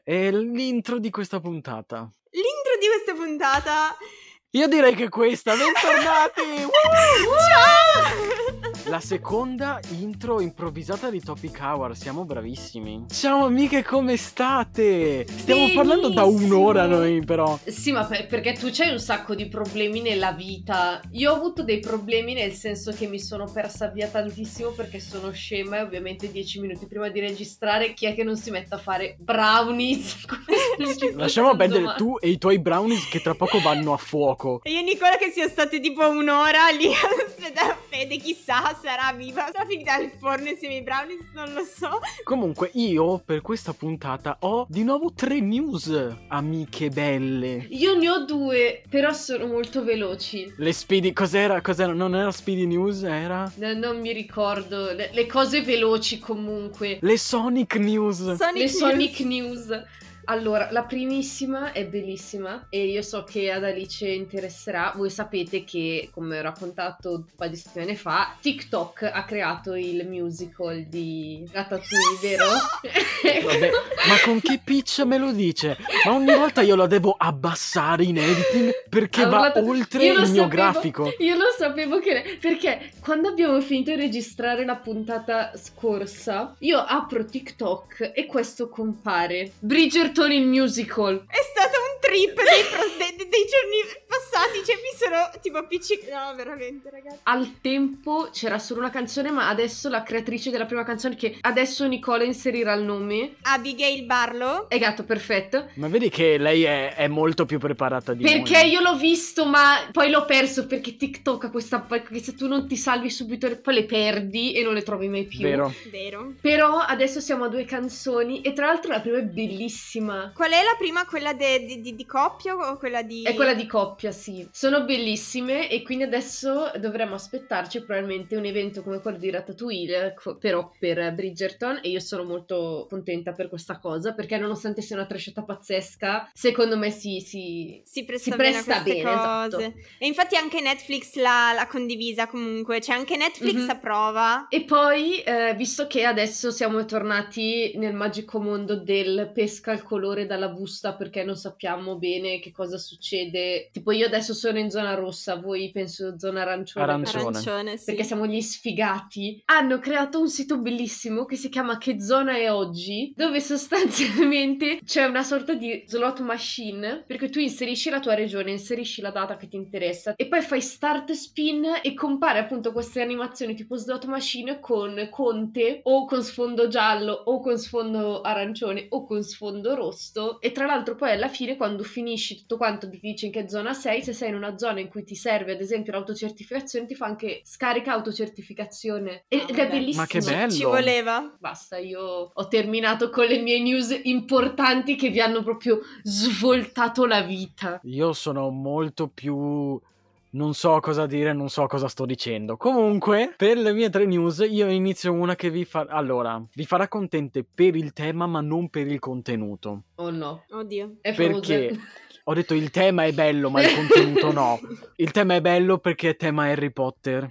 è l'intro di questa puntata. L'intro di questa puntata... Io direi che questa, bentornati! Ciao! La seconda intro improvvisata di Topic Hour, siamo bravissimi. Ciao amiche, come state? Stiamo parlando da un'ora noi però. Sì, ma perché tu c'hai un sacco di problemi nella vita. Io ho avuto dei problemi nel senso che mi sono persa via tantissimo perché sono scema e ovviamente 10 minuti prima di registrare chi è che non si mette a fare brownies? Lasciamo perdere tu e i tuoi brownies che tra poco vanno a fuoco. Io e Nicola che sia state tipo un'ora lì a aspettare Fede, chissà sarà viva, sarà finita il forno insieme ai brownies, non lo so. Comunque io per questa puntata ho di nuovo 3 news, amiche belle. Io ne ho 2, però sono molto veloci. Le Speedy, cos'era? Non era Speedy News, era? Non mi ricordo, le cose veloci comunque. Le Sonic News. Sonic News. Allora, la primissima è bellissima e io so che ad Alice interesserà. Voi sapete che, come ho raccontato un paio di settimane fa, TikTok ha creato il musical di Ratatouille, vero? Vabbè, ma con che pitch me lo dice? Ma ogni volta io la devo abbassare in editing perché va oltre il mio grafico. Io lo sapevo perché quando abbiamo finito di registrare la puntata scorsa, io apro TikTok e questo compare. Bridgerton il musical. È stato un trip dei giorni passati, cioè mi sono tipo appiccicata. No, veramente, ragazzi. Al tempo c'era solo una canzone, ma adesso la creatrice della prima canzone, che adesso Nicola inserirà il nome, Abigail Barlow. è gatto, perfetto. Ma vedi che lei è molto più preparata di noi. Perché io l'ho visto, ma poi l'ho perso, perché TikTok ha questa che se tu non ti salvi subito poi le perdi e non le trovi mai più. Vero. Però adesso siamo a 2 canzoni e tra l'altro la prima è bellissima. Qual è la prima? Quella di coppia o quella di... È quella di coppia, sì. Sono bellissime e quindi adesso dovremmo aspettarci probabilmente un evento come quello di Ratatouille, però per Bridgerton, e io sono molto contenta per questa cosa, perché nonostante sia una trasciata pazzesca, secondo me si presta bene a queste cose. Esatto. E infatti anche Netflix l'ha condivisa comunque, cioè anche Netflix approva. E poi, visto che adesso siamo tornati nel magico mondo del pesca al colore dalla busta perché non sappiamo bene che cosa succede, tipo io adesso sono in zona rossa, voi penso zona arancione, sì. Perché siamo gli sfigati. Hanno creato un sito bellissimo che si chiama Che zona è oggi, dove sostanzialmente c'è una sorta di slot machine, perché tu inserisci la tua regione, inserisci la data che ti interessa e poi fai start spin e compare appunto queste animazioni tipo slot machine con Conte o con sfondo giallo o con sfondo arancione o con sfondo rosso. E tra l'altro poi alla fine, quando finisci tutto quanto, ti dice in che zona sei. Se sei in una zona in cui ti serve ad esempio l'autocertificazione, ti fa anche scarica autocertificazione ed è bellissimo. Ma che bello, ci voleva. Basta, io ho terminato con le mie news importanti che vi hanno proprio svoltato la vita. Io sono molto più... non so cosa dire, non so cosa sto dicendo. Comunque, per le mie 3 news, io inizio una che vi farà contente per il tema, ma non per il contenuto. Oh no. Oddio. È Perché Frozen. ho detto il tema è bello, ma il contenuto no. Il tema è bello perché è tema Harry Potter.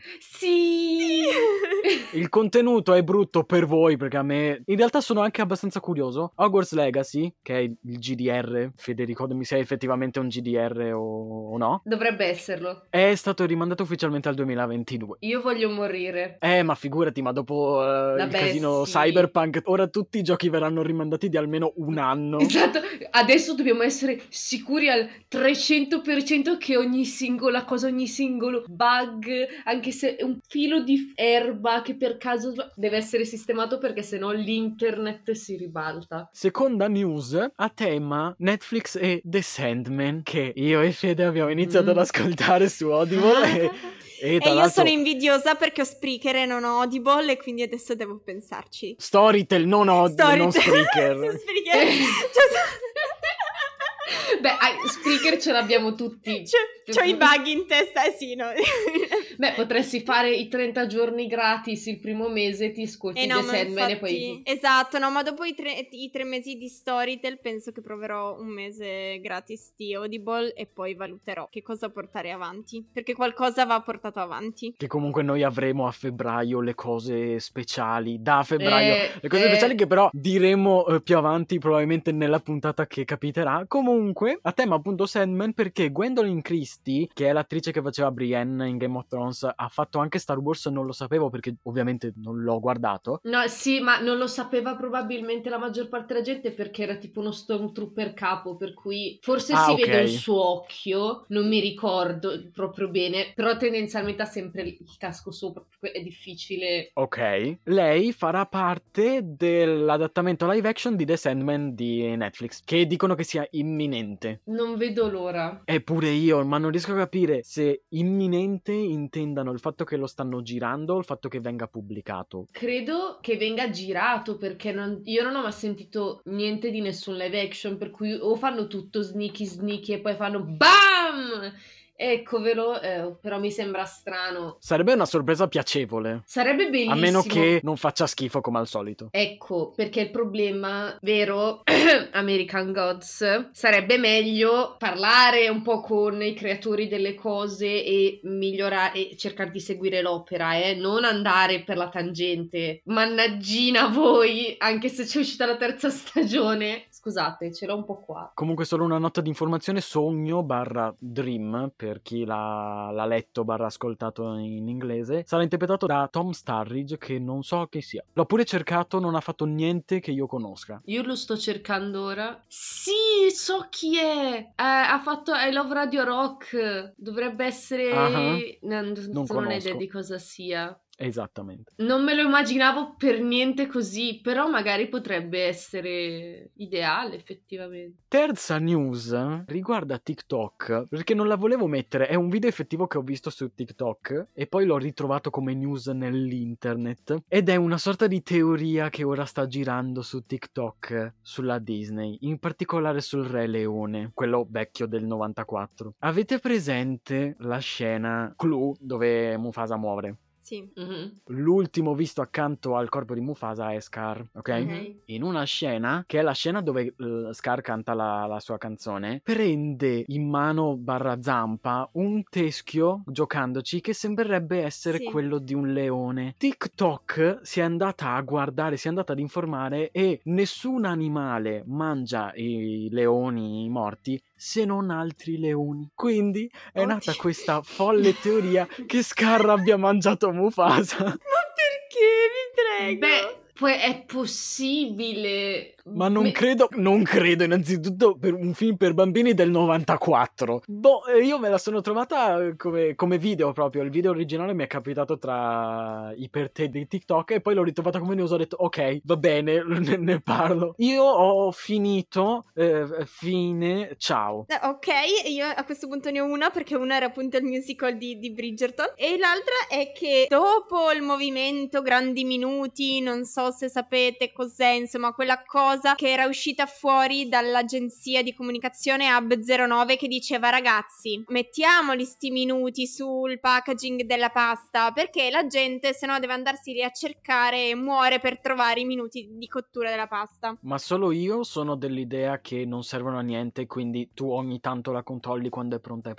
Sì! Il contenuto è brutto per voi, perché a me... in realtà sono anche abbastanza curioso. Hogwarts Legacy, che è il GDR, Federico, ricordami se è effettivamente un GDR o no. Dovrebbe esserlo. È stato rimandato ufficialmente al 2022. Io voglio morire. Ma figurati, ma dopo il casino sì. Cyberpunk, ora tutti i giochi verranno rimandati di almeno un anno. Esatto, adesso dobbiamo essere sicuri al 300% che ogni singola cosa, ogni singolo bug, anche se è un filo di erba che per caso deve essere sistemato, perché sennò l'internet si ribalta. Seconda news a tema Netflix e The Sandman, che io e Fede abbiamo iniziato ad ascoltare su Audible e tra io l'altro... sono invidiosa perché ho Spreaker e non ho Audible e quindi adesso devo pensarci. Storytel, non Spreaker. Spreaker. Beh, Spreaker ce l'abbiamo tutti. Cioè, C'ho i bug in testa, sì, no. Beh, potresti fare i 30 giorni gratis il primo mese, ti ascolti no, The ma Sandman infatti, e poi... esatto, no, ma dopo i 3 mesi di Storytel penso che proverò un mese gratis di Audible e poi valuterò che cosa portare avanti, perché qualcosa va portato avanti. Che comunque noi avremo a febbraio le cose speciali, da febbraio, le cose speciali che però diremo più avanti probabilmente nella puntata che capiterà. Comunque, a tema appunto Sandman, perché Gwendolyn Christie, che è l'attrice che faceva Brienne in Game of Thrones, ha fatto anche Star Wars, non lo sapevo perché ovviamente non l'ho guardato. No, sì, ma non lo sapeva probabilmente la maggior parte della gente perché era tipo uno stormtrooper capo, per cui forse si vede un suo occhio, non mi ricordo proprio bene, però tendenzialmente ha sempre il casco sopra, è difficile. Ok, lei farà parte dell'adattamento live action di The Sandman di Netflix, che dicono che sia imminente. Non vedo l'ora. Eppure io, ma non riesco a capire se imminente intendano il fatto che lo stanno girando o il fatto che venga pubblicato. Credo che venga girato perché io non ho mai sentito niente di nessun live action, per cui o fanno tutto sneaky e poi fanno BAM! Eccovelo, però mi sembra strano. Sarebbe una sorpresa piacevole. Sarebbe bellissimo. A meno che non faccia schifo come al solito. Ecco, perché il problema, vero, American Gods, sarebbe meglio parlare un po' con i creatori delle cose e migliorare e cercare di seguire l'opera, non andare per la tangente. Mannaggina voi, anche se c'è uscita la 3ª stagione. Scusate, ce l'ho un po' qua. Comunque solo una nota di informazione, Sogno/Dream, per chi l'ha letto ascoltato in inglese, sarà interpretato da Tom Sturridge, che non so chi sia. L'ho pure cercato, non ha fatto niente che io conosca. Io lo sto cercando ora. Sì, so chi è! Ha fatto I Love Radio Rock. Dovrebbe essere... Non ho idea di cosa sia. Esattamente. Non me lo immaginavo per niente così, però magari potrebbe essere ideale effettivamente. Terza news riguarda TikTok, perché non la volevo mettere, è un video effettivo che ho visto su TikTok e poi l'ho ritrovato come news nell'internet ed è una sorta di teoria che ora sta girando su TikTok sulla Disney, in particolare sul Re Leone, quello vecchio del 94. Avete presente la scena Clou dove Mufasa muore? Sì. Mm-hmm. L'ultimo visto accanto al corpo di Mufasa è Scar, ok? In una scena, che è la scena dove Scar canta la sua canzone, prende in mano /zampa un teschio, giocandoci, che sembrerebbe essere quello di un leone. TikTok si è andata a guardare, si è andata ad informare e nessun animale mangia i leoni morti se non altri leoni. Quindi è nata questa folle teoria che Scar abbia mangiato Mufasa. Ma perché? Vi prego. Beh, poi è possibile. Ma non credo innanzitutto per un film per bambini del 94. Io me la sono trovata come video proprio. Il video originale mi è capitato tra i per te di TikTok e poi l'ho ritrovata come news. Ho detto ok, va bene, ne parlo. Io ho finito, fine, ciao. Ok, io a questo punto ne ho una perché una era appunto il musical di Bridgerton e l'altra è che dopo il movimento Grandi Minuti, non so se sapete cos'è, insomma quella cosa che era uscita fuori dall'agenzia di comunicazione Hub09 che diceva ragazzi mettiamoli sti minuti sul packaging della pasta perché la gente se no deve andarsi lì a cercare e muore per trovare i minuti di cottura della pasta. Ma solo io sono dell'idea che non servono a niente, quindi tu ogni tanto la controlli quando è pronta.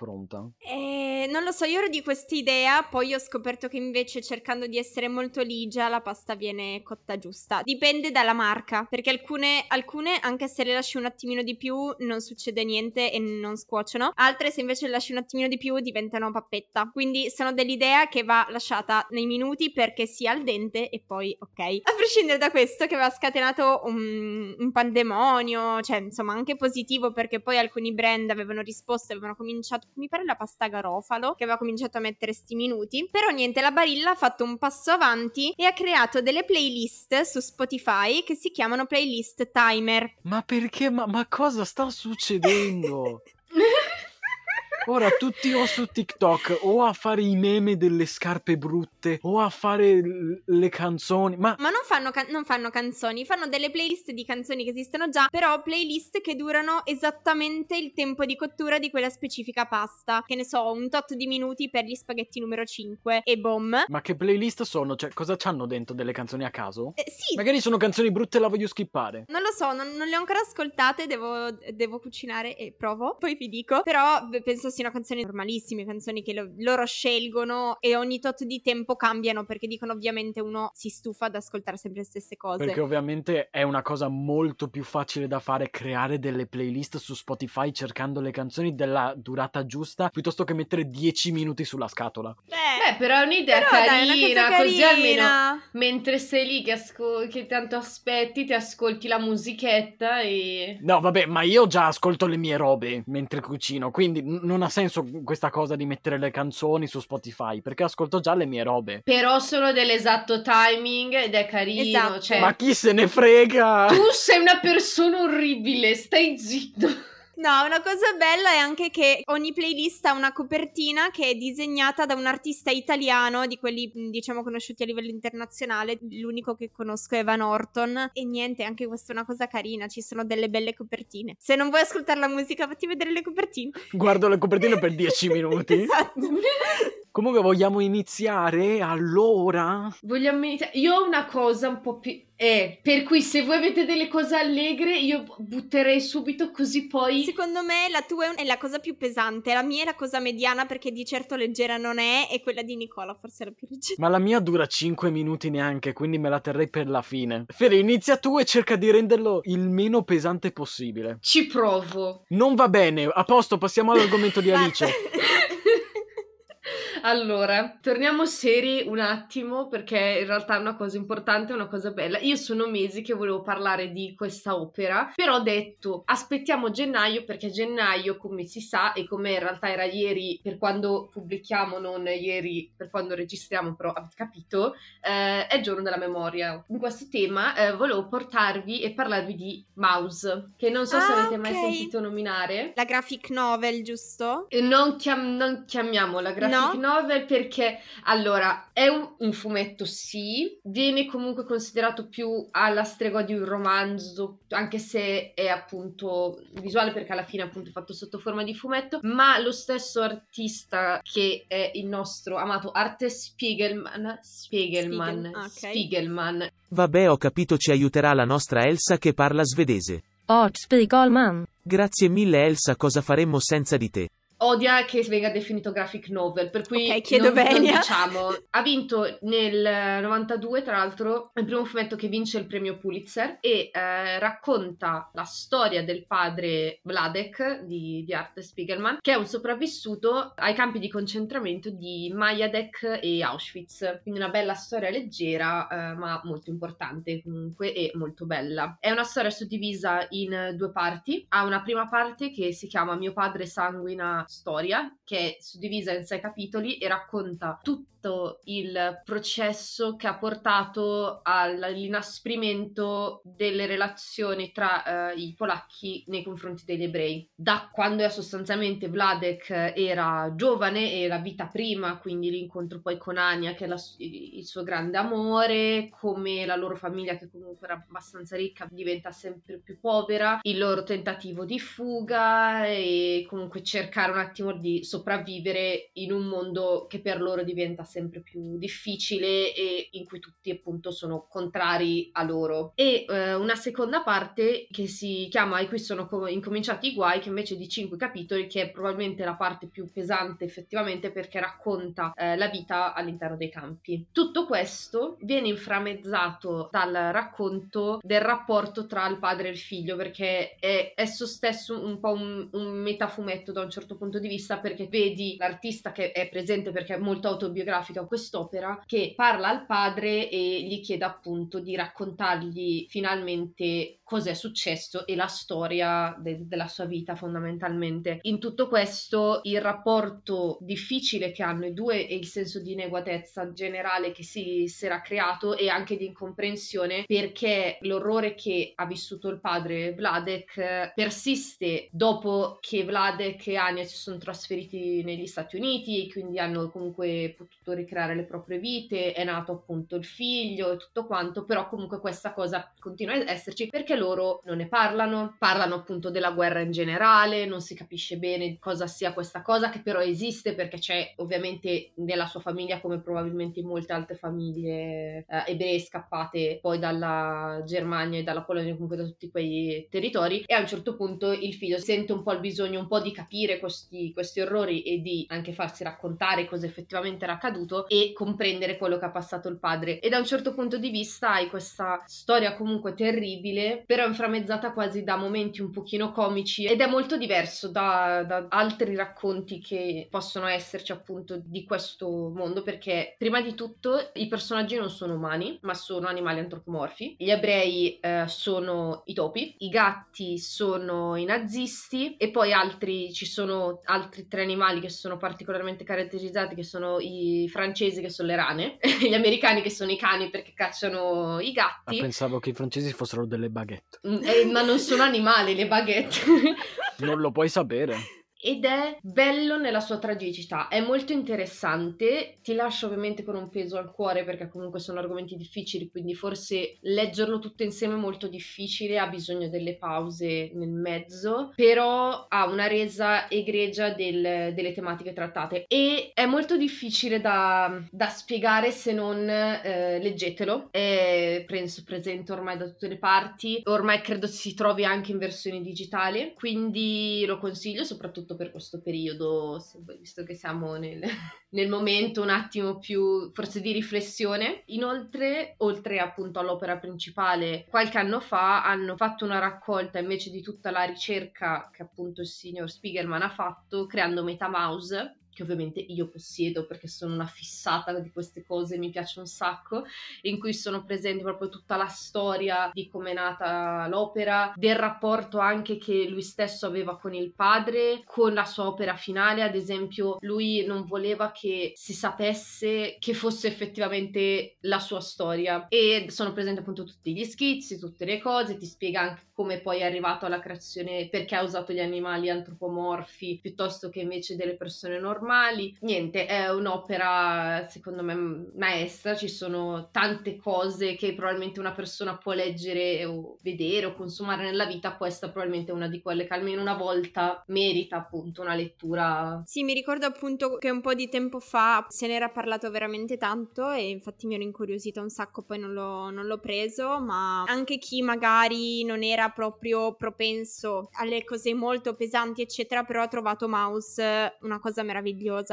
Non lo so, io ero di quest'idea, poi ho scoperto che invece cercando di essere molto ligia la pasta viene cotta giusta. Dipende dalla marca, perché alcune anche se le lasci un attimino di più non succede niente e non scuociono, altre se invece le lasci un attimino di più diventano pappetta. Quindi sono dell'idea che va lasciata nei minuti perché sia al dente e poi ok. A prescindere da questo che aveva scatenato un pandemonio, cioè insomma anche positivo perché poi alcuni brand avevano risposto, avevano cominciato, mi pare la pasta Garofalo, che aveva cominciato a mettere sti minuti, però niente, la Barilla ha fatto un passo avanti e ha creato delle playlist su Spotify che si chiamano playlist timer. Ma perché? Ma cosa sta succedendo? Ora tutti o su TikTok o a fare i meme delle scarpe brutte o a fare le canzoni, ma non fanno canzoni, fanno delle playlist di canzoni che esistono già, però playlist che durano esattamente il tempo di cottura di quella specifica pasta. Che ne so, un tot di minuti per gli spaghetti numero 5 e boom. ma che playlist sono? Cioè, cosa c'hanno dentro, delle canzoni a caso? Sì. Magari sono canzoni brutte e la voglio skippare. Non lo so, non le ho ancora ascoltate, devo cucinare e provo, poi vi dico. Però penso siano canzoni normalissime, canzoni che loro scelgono e ogni tot di tempo cambiano, perché dicono ovviamente uno si stufa ad ascoltare sempre le stesse cose. Perché ovviamente è una cosa molto più facile da fare, creare delle playlist su Spotify cercando le canzoni della durata giusta, piuttosto che mettere 10 minuti sulla scatola. Però è un'idea però carina, dai, è una cosa così carina. almeno mentre sei lì che tanto aspetti, ti ascolti la musichetta e... No, vabbè, ma io già ascolto le mie robe mentre cucino, quindi non ha senso questa cosa di mettere le canzoni su Spotify, perché ascolto già le mie robe. Però sono dell'esatto timing ed è carino, Esatto. cioè... Ma chi se ne frega? Tu sei una persona orribile, stai zitto. No, una cosa bella è anche che ogni playlist ha una copertina che è disegnata da un artista italiano, di quelli diciamo conosciuti a livello internazionale. L'unico che conosco è Van Orton. E niente, anche questa è una cosa carina, ci sono delle belle copertine. Se non vuoi ascoltare la musica, fatti vedere le copertine. Guardo le copertine per 10 minuti. Esatto. Comunque vogliamo iniziare? Allora? Vogliamo iniziare? Io ho una cosa un po' più... per cui se voi avete delle cose allegre io butterei subito, così poi... Secondo me la tua è la cosa più pesante, la mia è la cosa mediana perché di certo leggera non è, e quella di Nicola forse è la più leggera. Ma la mia dura 5 minuti neanche, quindi me la terrei per la fine. Fede, inizia tu e cerca di renderlo il meno pesante possibile. Ci provo. Non va bene, a posto, passiamo all'argomento di Alice. Allora, torniamo seri un attimo, perché in realtà è una cosa importante, è una cosa bella. Io sono mesi che volevo parlare di questa opera, però ho detto aspettiamo gennaio, perché gennaio, come si sa, e come in realtà era ieri per quando pubblichiamo, non ieri per quando registriamo, però avete capito, è il giorno della memoria. In questo tema volevo portarvi e parlarvi di Mouse, che non so se avete mai sentito nominare. La graphic novel, giusto? Non chiamiamola graphic novel perché, allora, è un fumetto, sì, viene comunque considerato più alla stregua di un romanzo, anche se è appunto visuale, perché alla fine appunto è fatto sotto forma di fumetto, ma lo stesso artista che è il nostro amato Arte Spiegelman. Vabbè, ho capito, ci aiuterà la nostra Elsa che parla svedese. Art Spiegelman. Grazie mille Elsa, cosa faremmo senza di te? Odia che venga definito graphic novel, per cui ok, chiedo non venia. diciamo. Ha vinto nel 92, tra l'altro, il primo fumetto che vince il premio Pulitzer, e racconta la storia del padre Vladek di Art Spiegelman, che è un sopravvissuto ai campi di concentramento di Majdanek e Auschwitz. Quindi una bella storia leggera, ma molto importante comunque e molto bella. È una storia suddivisa in due parti. Ha una prima parte che si chiama Mio padre sanguina storia, che è suddivisa in 6 capitoli e racconta tutto il processo che ha portato all'inasprimento delle relazioni tra i polacchi nei confronti degli ebrei, da quando è sostanzialmente Vladek era giovane e la vita prima, quindi l'incontro poi con Ania, che è il suo grande amore, come la loro famiglia, che comunque era abbastanza ricca, diventa sempre più povera, il loro tentativo di fuga e comunque cercare un attimo di sopravvivere in un mondo che per loro diventa sempre più difficile e in cui tutti appunto sono contrari a loro. E una seconda parte che si chiama E qui sono incominciati i guai, che invece di 5 capitoli, che è probabilmente la parte più pesante effettivamente, perché racconta la vita all'interno dei campi. Tutto questo viene inframmezzato dal racconto del rapporto tra il padre e il figlio, perché è esso stesso un po' un metafumetto da un certo punto di vista, perché vedi l'artista che è presente perché è molto autobiografico cinematografica, quest'opera che parla al padre e gli chiede appunto di raccontargli finalmente cos'è successo e la storia della sua vita fondamentalmente. In tutto questo il rapporto difficile che hanno i due e il senso di inadeguatezza generale che si era creato e anche di incomprensione, perché l'orrore che ha vissuto il padre Vladek persiste dopo che Vladek e Anya si sono trasferiti negli Stati Uniti e quindi hanno comunque potuto ricreare le proprie vite, è nato appunto il figlio e tutto quanto, però comunque questa cosa continua ad esserci perché loro non ne parlano appunto della guerra in generale, non si capisce bene cosa sia questa cosa, che però esiste perché c'è ovviamente nella sua famiglia, come probabilmente in molte altre famiglie ebree scappate poi dalla Germania e dalla Polonia, comunque da tutti quei territori, e a un certo punto il figlio sente un po' il bisogno un po' di capire questi orrori e di anche farsi raccontare cosa effettivamente era accaduto e comprendere quello che ha passato il padre, e da un certo punto di vista hai questa storia comunque terribile però inframmezzata quasi da momenti un pochino comici, ed è molto diverso da altri racconti che possono esserci appunto di questo mondo, perché prima di tutto i personaggi non sono umani ma sono animali antropomorfi. Gli ebrei sono i topi, i gatti sono i nazisti e poi ci sono altri 3 animali che sono particolarmente caratterizzati, che sono i francesi che sono le rane, gli americani che sono i cani perché cacciano i gatti. Pensavo che i francesi fossero delle baguette. Ma non sono animali le baguette. Non lo puoi sapere. Ed è bello nella sua tragicità, è molto interessante, ti lascia ovviamente con un peso al cuore perché comunque sono argomenti difficili, quindi forse leggerlo tutto insieme è molto difficile, ha bisogno delle pause nel mezzo, però ha una resa egregia delle tematiche trattate e è molto difficile da spiegare se non leggetelo, è penso presente ormai da tutte le parti, ormai credo si trovi anche in versione digitale, quindi lo consiglio soprattutto per questo periodo, visto che siamo nel momento un attimo più forse di riflessione. Inoltre, oltre appunto all'opera principale, qualche anno fa hanno fatto una raccolta invece di tutta la ricerca che appunto il signor Spiegelman ha fatto, creando MetaMouse, che ovviamente io possiedo perché sono una fissata di queste cose, mi piace un sacco, in cui sono presenti proprio tutta la storia di come è nata l'opera, del rapporto anche che lui stesso aveva con il padre, con la sua opera finale. Ad esempio, lui non voleva che si sapesse che fosse effettivamente la sua storia, e sono presenti appunto tutti gli schizzi, tutte le cose, ti spiega anche come poi è arrivato alla creazione, perché ha usato gli animali antropomorfi piuttosto che invece delle persone normali. Niente, è un'opera secondo me maestra, ci sono tante cose che probabilmente una persona può leggere o vedere o consumare nella vita, questa probabilmente è una di quelle che almeno una volta merita appunto una lettura. Sì, mi ricordo appunto che un po' di tempo fa se n'era parlato veramente tanto e infatti mi ero incuriosita un sacco, poi non l'ho preso, ma anche chi magari non era proprio propenso alle cose molto pesanti eccetera, però ha trovato Mouse una cosa meravigliosa.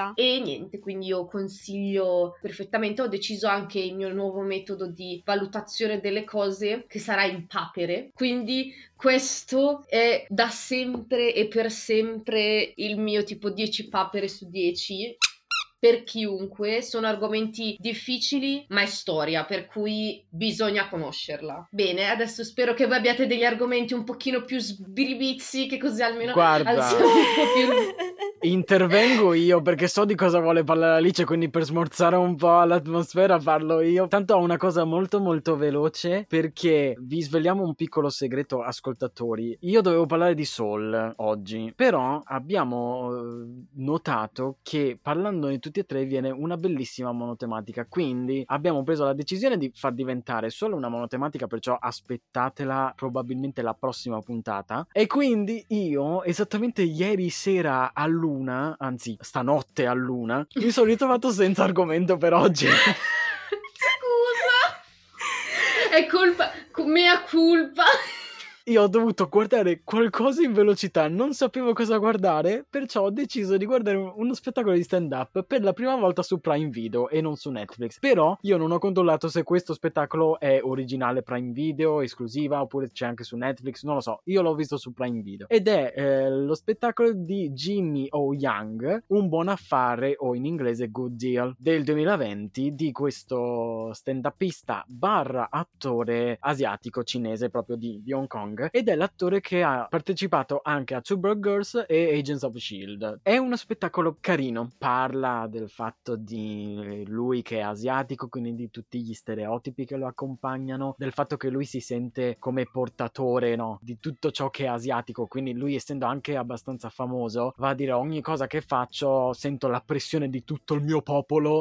E niente, quindi io consiglio perfettamente, ho deciso anche il mio nuovo metodo di valutazione delle cose che sarà in papere, quindi questo è da sempre e per sempre il mio tipo 10 papere su 10 per chiunque. Sono argomenti difficili ma è storia, per cui bisogna conoscerla. Bene, adesso spero che voi abbiate degli argomenti un pochino più sbiribizzi, che così almeno alziamo un po' più. Intervengo io perché so di cosa vuole parlare Alice, quindi per smorzare un po' l'atmosfera parlo io. Tanto ho una cosa molto molto veloce, perché vi svegliamo un piccolo segreto, ascoltatori. Io dovevo parlare di Soul oggi, però abbiamo notato che parlandone tutti e tre viene una bellissima monotematica, quindi abbiamo preso la decisione di far diventare solo una monotematica, perciò aspettatela probabilmente la prossima puntata. E quindi io esattamente ieri sera all'una, anzi stanotte all'una, mi sono ritrovato senza argomento per oggi. Scusa, è colpa, mea culpa. io ho dovuto guardare qualcosa in velocità, non sapevo cosa guardare, perciò ho deciso di guardare uno spettacolo di stand-up per la prima volta su Prime Video e non su Netflix. Però io non ho controllato se questo spettacolo è originale Prime Video, esclusiva, oppure c'è anche su Netflix, non lo so. Io l'ho visto su Prime Video. Ed è lo spettacolo di Jimmy O. Young, Un buon affare, o in inglese Good Deal, del 2020, di questo stand-upista barra attore asiatico cinese proprio di Hong Kong, ed è l'attore che ha partecipato anche a Two Broke Girls e Agents of S.H.I.E.L.D. È uno spettacolo carino, parla del fatto di lui che è asiatico, quindi di tutti gli stereotipi che lo accompagnano, del fatto che lui si sente come portatore, no, di tutto ciò che è asiatico, quindi lui, essendo anche abbastanza famoso, va a dire: ogni cosa che faccio sento la pressione di tutto il mio popolo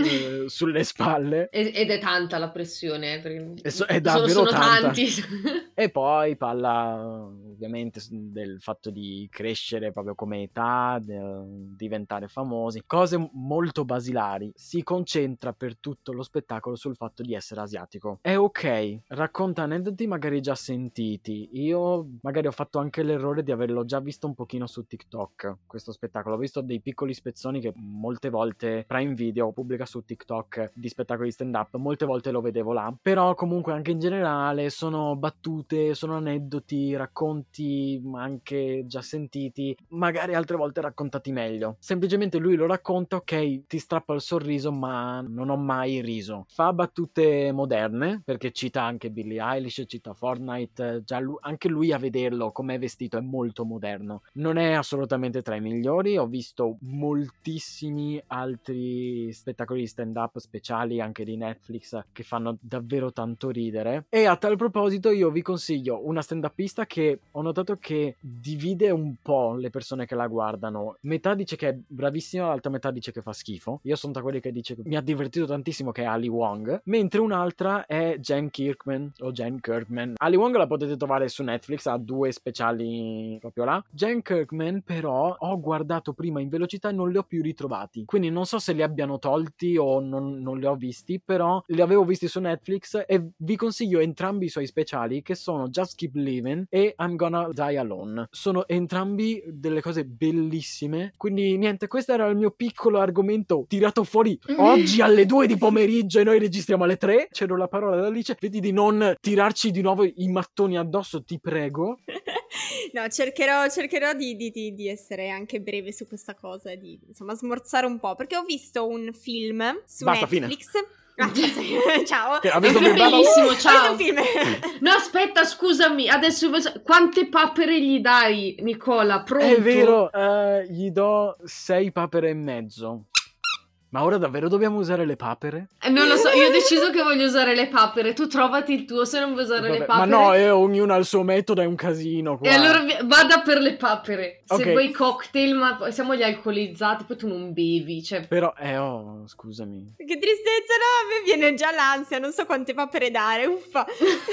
sulle spalle. Ed è tanta la pressione, perché È davvero sono tanta. tanti. E poi parla ovviamente del fatto di crescere proprio come età, diventare famosi, cose molto basilari. Si concentra per tutto lo spettacolo sul fatto di essere asiatico. È ok, racconta aneddoti magari già sentiti. Io magari ho fatto anche l'errore di averlo già visto un pochino su TikTok, questo spettacolo. Ho visto dei piccoli spezzoni che molte volte Prime Video pubblica su TikTok di spettacoli di stand-up, molte volte lo vedevo là. Però comunque anche in generale sono battute, sono aneddoti, racconti anche già sentiti, magari altre volte raccontati meglio. Semplicemente lui lo racconta, ok, ti strappa il sorriso, ma non ho mai riso. Fa battute moderne, perché cita anche Billie Eilish, cita Fortnite, già anche lui a vederlo come è vestito è molto moderno. Non è assolutamente tra i migliori, ho visto moltissimi altri spettacoli di stand-up speciali anche di Netflix che fanno davvero tanto ridere. E a tal proposito io vi consiglio una stand-upista che ho notato che divide un po' le persone che la guardano. Metà dice che è bravissima, l'altra metà dice che fa schifo. Io sono tra quelli che dice che mi ha divertito tantissimo, che è Ali Wong, mentre un'altra è Jen Kirkman o Jen Kirkman. Ali Wong la potete trovare su Netflix, ha 2 speciali proprio là. Jen Kirkman però ho guardato prima in velocità e non li ho più ritrovati, quindi non so se li abbiano tolti o non li ho visti, però li avevo visti su Netflix e vi consiglio entrambi i suoi speciali, che sono Just Keep Living e I'm Gonna Die Alone. Sono entrambi delle cose bellissime, quindi niente, questo era il mio piccolo argomento tirato fuori oggi alle 2 di pomeriggio e noi registriamo alle 3. Cedo la parola ad Alice, vedi di non tirarci di nuovo i mattoni addosso, ti prego. No, cercherò di essere anche breve su questa cosa e di, insomma, smorzare un po', perché ho visto un film su Basta, Netflix. Ciao. Ha visto È bellissimo, ciao. Ho visto un film. No, aspetta, scusami, adesso quante papere gli dai, Nicola? Pronto? È vero, gli do 6 papere e mezzo. Ma ora davvero dobbiamo usare le papere? Non lo so, io ho deciso che voglio usare le papere. Tu trovati il tuo, se non vuoi usare le papere. Ma no, ognuno ha il suo metodo, è un casino qua. E allora vada per le papere. Se Ok. vuoi cocktail, ma siamo gli alcolizzati, poi tu non bevi, cioè... Però, scusami. Che tristezza, no? A me viene già l'ansia, non so quante papere dare, uffa.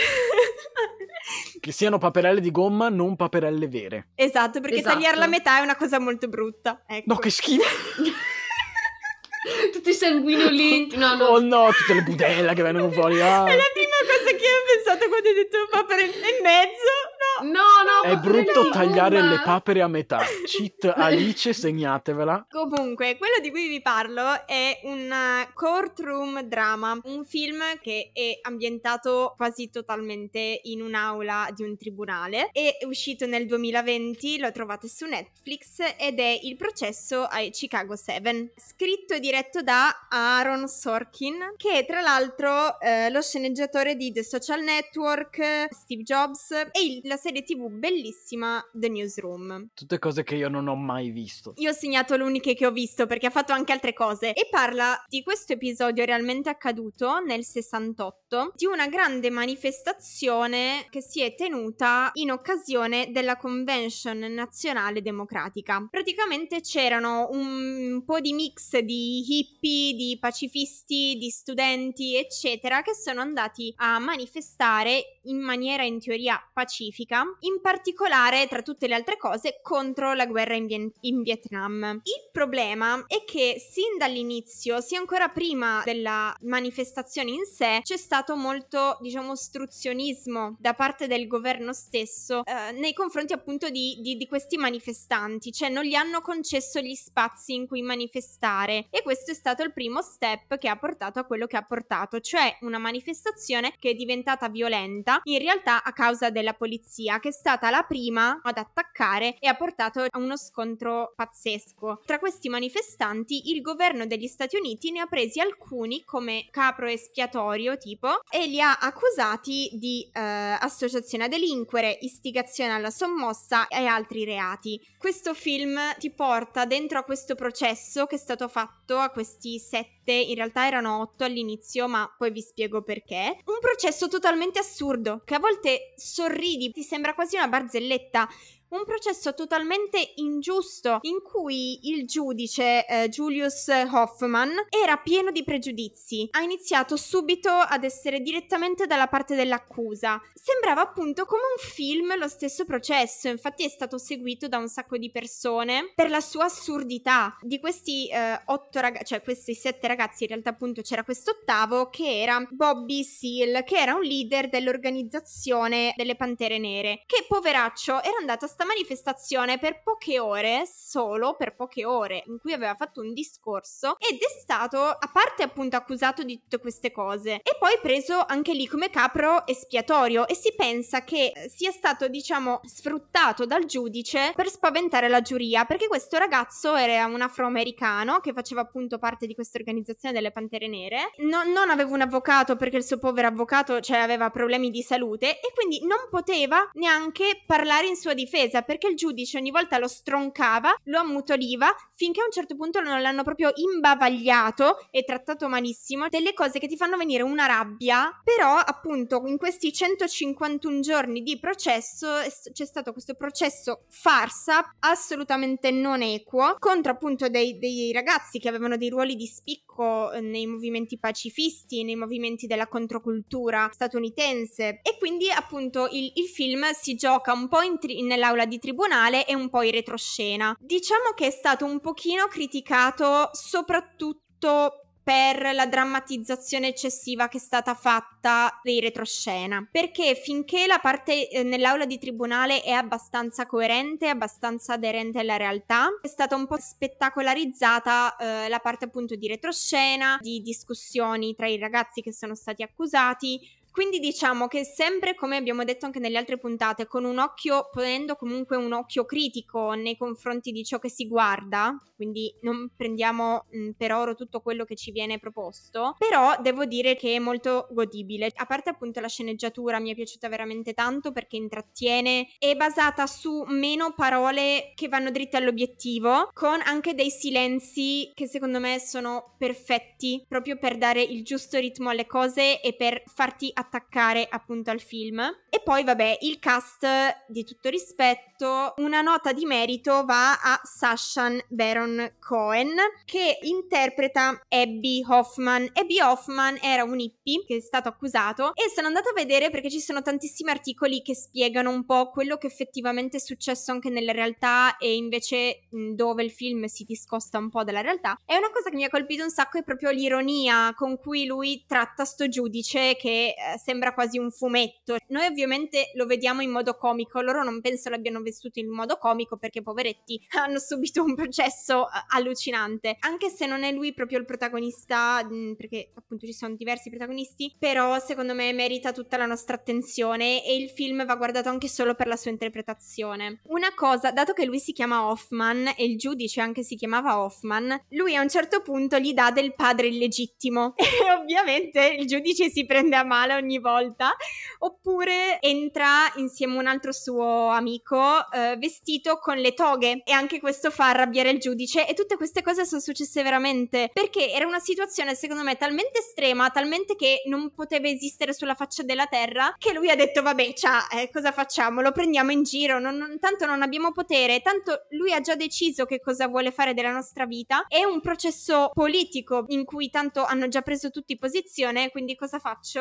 Che siano paperelle di gomma, non paperelle vere. Esatto, perché Esatto. tagliarla a metà è una cosa molto brutta. Ecco. No, che schifo! Tutti sanguinolenti, no. Oh no, tutte le budella che vengono fuori. È la prima cosa che ho pensato quando hai detto papere e mezzo. No. È brutto tagliare gomma. le papere a metà. Cheat Alice, segnatevela. Comunque, quello di cui vi parlo è un courtroom drama, un film che è ambientato quasi totalmente in un'aula di un tribunale. È uscito nel 2020, lo trovate su Netflix ed è Il processo ai Chicago 7, scritto e diretto da Aaron Sorkin, che è tra l'altro lo sceneggiatore di The Social Network, Steve Jobs e la serie TV bellissima The Newsroom. Tutte cose che io non ho mai visto. Io ho segnato le uniche che ho visto perché ha fatto anche altre cose e parla di questo episodio realmente accaduto nel 68 di una grande manifestazione che si è tenuta in occasione della Convention Nazionale Democratica. Praticamente c'erano un po' di mix di hippie, di pacifisti, di studenti eccetera che sono andati a manifestare in maniera in teoria pacifica, in particolare tra tutte le altre cose contro la guerra in Vietnam. Il problema è che sin dall'inizio, sia ancora prima della manifestazione in sé, c'è stato stato molto, diciamo, ostruzionismo da parte del governo stesso nei confronti appunto di questi manifestanti, cioè non gli hanno concesso gli spazi in cui manifestare, e questo è stato il primo step che ha portato a quello che ha portato, cioè una manifestazione che è diventata violenta in realtà a causa della polizia, che è stata la prima ad attaccare e ha portato a uno scontro pazzesco. Tra questi manifestanti il governo degli Stati Uniti ne ha presi alcuni come capro espiatorio tipo e li ha accusati di associazione a delinquere, istigazione alla sommossa e altri reati. Questo film ti porta dentro a questo processo che è stato fatto a questi 7, in realtà erano 8 all'inizio, ma poi vi spiego perché. Un processo totalmente assurdo, che a volte sorridi, ti sembra quasi una barzelletta. Un processo totalmente ingiusto in cui il giudice Julius Hoffman era pieno di pregiudizi. Ha iniziato subito ad essere direttamente dalla parte dell'accusa. Sembrava appunto come un film lo stesso processo, infatti è stato seguito da un sacco di persone per la sua assurdità. Di questi 8 ragazzi, cioè questi 7 ragazzi, in realtà appunto c'era quest'ottavo che era Bobby Seale, che era un leader dell'organizzazione delle Pantere Nere, che poveraccio era andato a manifestazione per poche ore, solo per poche ore, in cui aveva fatto un discorso ed è stato, a parte appunto accusato di tutte queste cose, e poi preso anche lì come capro espiatorio, e si pensa che sia stato, diciamo, sfruttato dal giudice per spaventare la giuria, perché questo ragazzo era un afroamericano che faceva appunto parte di questa organizzazione delle Pantere Nere, non aveva un avvocato perché il suo povero avvocato, cioè, aveva problemi di salute, e quindi non poteva neanche parlare in sua difesa, perché il giudice ogni volta lo stroncava, lo ammutoliva, finché a un certo punto non l'hanno proprio imbavagliato e trattato malissimo, delle cose che ti fanno venire una rabbia. Però appunto in questi 151 giorni di processo c'è stato questo processo farsa assolutamente non equo contro appunto dei ragazzi che avevano dei ruoli di spicco nei movimenti pacifisti, nei movimenti della controcultura statunitense, e quindi appunto il film si gioca un po' nell'aula di tribunale e un po' in retroscena. Diciamo che è stato un pochino criticato soprattutto per la drammatizzazione eccessiva che è stata fatta dei retroscena, perché finché la parte nell'aula di tribunale è abbastanza coerente, abbastanza aderente alla realtà, è stata un po' spettacolarizzata la parte appunto di retroscena, di discussioni tra i ragazzi che sono stati accusati. Quindi diciamo che sempre, come abbiamo detto anche nelle altre puntate, con un occhio, ponendo comunque un occhio critico nei confronti di ciò che si guarda, quindi non prendiamo per oro tutto quello che ci viene proposto, però devo dire che è molto godibile. A parte appunto la sceneggiatura, mi è piaciuta veramente tanto perché intrattiene, è basata su meno parole che vanno dritte all'obiettivo, con anche dei silenzi che secondo me sono perfetti, proprio per dare il giusto ritmo alle cose e per farti attaccare appunto al film. E poi vabbè, il cast, di tutto rispetto, una nota di merito va a Sacha Baron Cohen, che interpreta Abby Hoffman. Abby Hoffman era un hippie che è stato accusato, e sono andata a vedere perché ci sono tantissimi articoli che spiegano un po' quello che effettivamente è successo anche nella realtà e invece dove il film si discosta un po' dalla realtà. E una cosa che mi ha colpito un sacco è proprio l'ironia con cui lui tratta sto giudice che sembra quasi un fumetto. Noi ovviamente lo vediamo in modo comico, loro non penso l'abbiano vissuto in modo comico perché poveretti hanno subito un processo allucinante, anche se non è lui proprio il protagonista, perché appunto ci sono diversi protagonisti, però secondo me merita tutta la nostra attenzione e il film va guardato anche solo per la sua interpretazione. Una cosa, dato che lui si chiama Hoffman e il giudice anche si chiamava Hoffman, lui a un certo punto gli dà del padre illegittimo e ovviamente il giudice si prende a male ogni volta, oppure entra insieme a un altro suo amico vestito con le toghe, e anche questo fa arrabbiare il giudice. E tutte queste cose sono successe veramente, perché era una situazione secondo me talmente estrema, talmente che non poteva esistere sulla faccia della terra, che lui ha detto vabbè, cosa facciamo? Lo prendiamo in giro, tanto non abbiamo potere, tanto lui ha già deciso che cosa vuole fare della nostra vita, è un processo politico in cui tanto hanno già preso tutti posizione, quindi cosa faccio?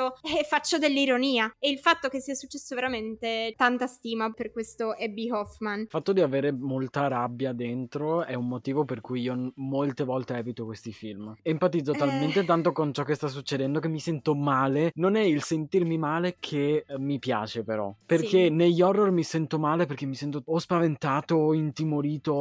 faccio dell'ironia, e il fatto che sia successo veramente, tanta stima per questo Abby Hoffman. Il fatto di avere molta rabbia dentro è un motivo per cui io molte volte evito questi film. Empatizzo talmente tanto con ciò che sta succedendo che mi sento male. Non è il sentirmi male che mi piace, però. Perché Sì. negli horror mi sento male perché mi sento o spaventato o intimorito.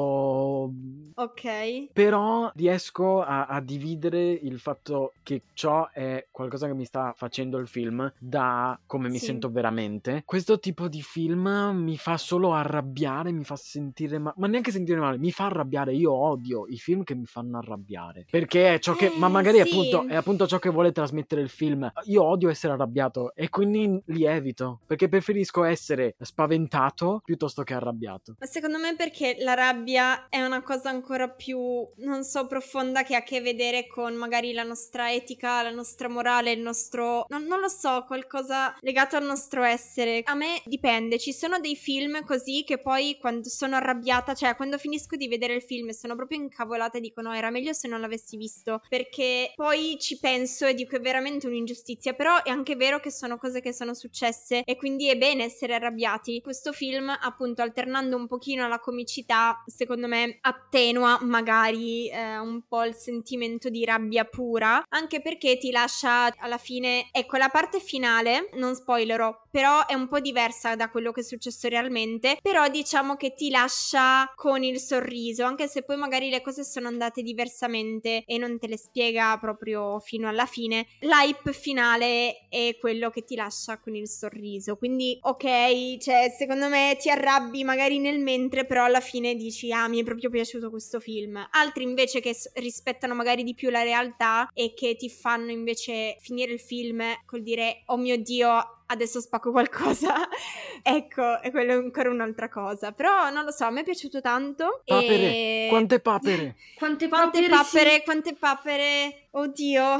Ok. Però riesco a dividere il fatto che ciò è qualcosa che mi sta facendo il film da come mi Sì. sento veramente. Questo tipo di film mi fa solo arrabbiare, mi fa sentire ma neanche sentire male, mi fa arrabbiare. Io odio i film che mi fanno arrabbiare, perché è ciò che ma magari sì. è appunto ciò che vuole trasmettere il film. Io odio essere arrabbiato e quindi li evito, perché preferisco essere spaventato piuttosto che arrabbiato. Ma secondo me perché la rabbia è una cosa ancora più, non so, profonda, che ha a che vedere con magari la nostra etica, la nostra morale, il nostro... non lo so, qualcosa legato al nostro essere. A me dipende, ci sono dei film così che poi quando sono arrabbiata, cioè quando finisco di vedere il film e sono proprio incavolata e dico no, era meglio se non l'avessi visto, perché poi ci penso e dico è veramente un'ingiustizia, però è anche vero che sono cose che sono successe e quindi è bene essere arrabbiati. Questo film, appunto, alternando un pochino alla comicità, secondo me attenua magari un po' il sentimento di rabbia pura, anche perché ti lascia alla fine, ecco, la parte finale, non spoilerò, però è un po' diversa da quello che è successo realmente, però diciamo che ti lascia con il sorriso, anche se poi magari le cose sono andate diversamente e non te le spiega proprio fino alla fine. L'hype finale è quello che ti lascia con il sorriso, quindi ok, cioè secondo me ti arrabbi magari nel mentre, però alla fine dici ah, mi è proprio piaciuto questo film. Altri invece che rispettano magari di più la realtà e che ti fanno invece finire il film col dire oh mio Dio, adesso spacco qualcosa. Ecco, e quello è ancora un'altra cosa. Però non lo so, a me è piaciuto tanto. Papere, E... quante papere? Quante Quante papere, papere, sì. quante papere. Oddio,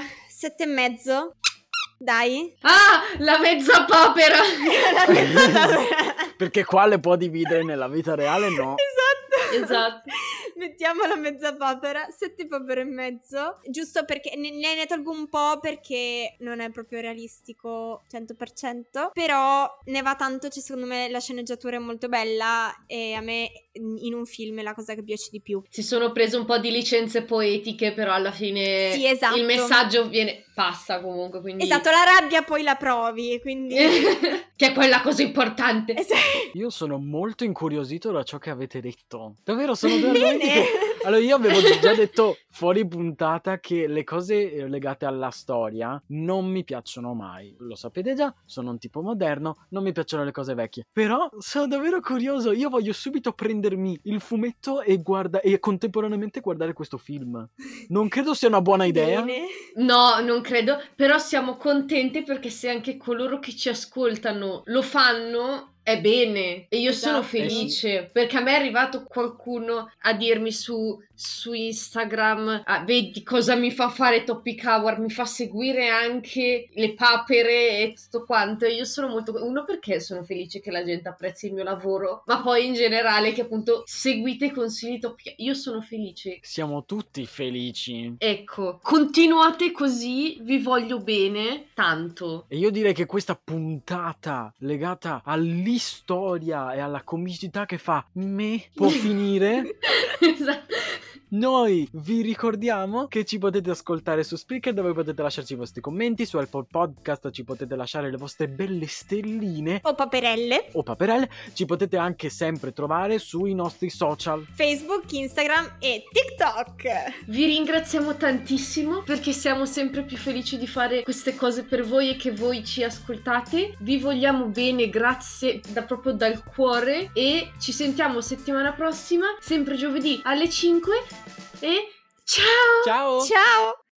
7,5. Dai. Ah, la mezza papera! La mezza papera. Perché qua le può dividere nella vita reale, no? Esatto. Mettiamo la mezza papera, 7 papere e mezzo, giusto perché ne tolgo un po' perché non è proprio realistico 100%, però ne va tanto, cioè secondo me la sceneggiatura è molto bella e a me in un film è la cosa che piace di più. Si sono prese un po' di licenze poetiche, però alla fine Sì, esatto. il messaggio passa comunque, quindi... Esatto, la rabbia poi la provi, quindi... che è quella cosa importante. Io sono molto incuriosito da ciò che avete detto. Davvero, sono due argomenti Bene. che... Allora, io avevo già detto fuori puntata che le cose legate alla storia non mi piacciono mai. Lo sapete già, sono un tipo moderno, non mi piacciono le cose vecchie. Però sono davvero curioso, io voglio subito prendermi il fumetto e contemporaneamente guardare questo film. Non credo sia una buona idea. Bene. No, non credo, però siamo contenti perché se anche coloro che ci ascoltano lo fanno, è bene. E io sono Esatto. felice, perché a me è arrivato qualcuno a dirmi su Instagram, vedi cosa mi fa fare Topic Hour, mi fa seguire anche le papere e tutto quanto. E io sono molto... Uno, perché sono felice che la gente apprezzi il mio lavoro, ma poi in generale che appunto seguite i consigli Topic. Io sono felice. Siamo tutti felici. Ecco, continuate così, vi voglio bene, tanto. E io direi che questa puntata legata all'istoria e alla comicità che fa me può finire. Esatto. Noi vi ricordiamo che ci potete ascoltare su Spreaker, dove potete lasciarci i vostri commenti, su Apple Podcast ci potete lasciare le vostre belle stelline O paperelle. o paperelle, ci potete anche sempre trovare sui nostri social. Facebook, Instagram e TikTok. Vi ringraziamo tantissimo perché siamo sempre più felici di fare queste cose per voi e che voi ci ascoltate. Vi vogliamo bene, grazie proprio dal cuore, e ci sentiamo settimana prossima, sempre giovedì alle 5, e ciao! Ciao! Ciao.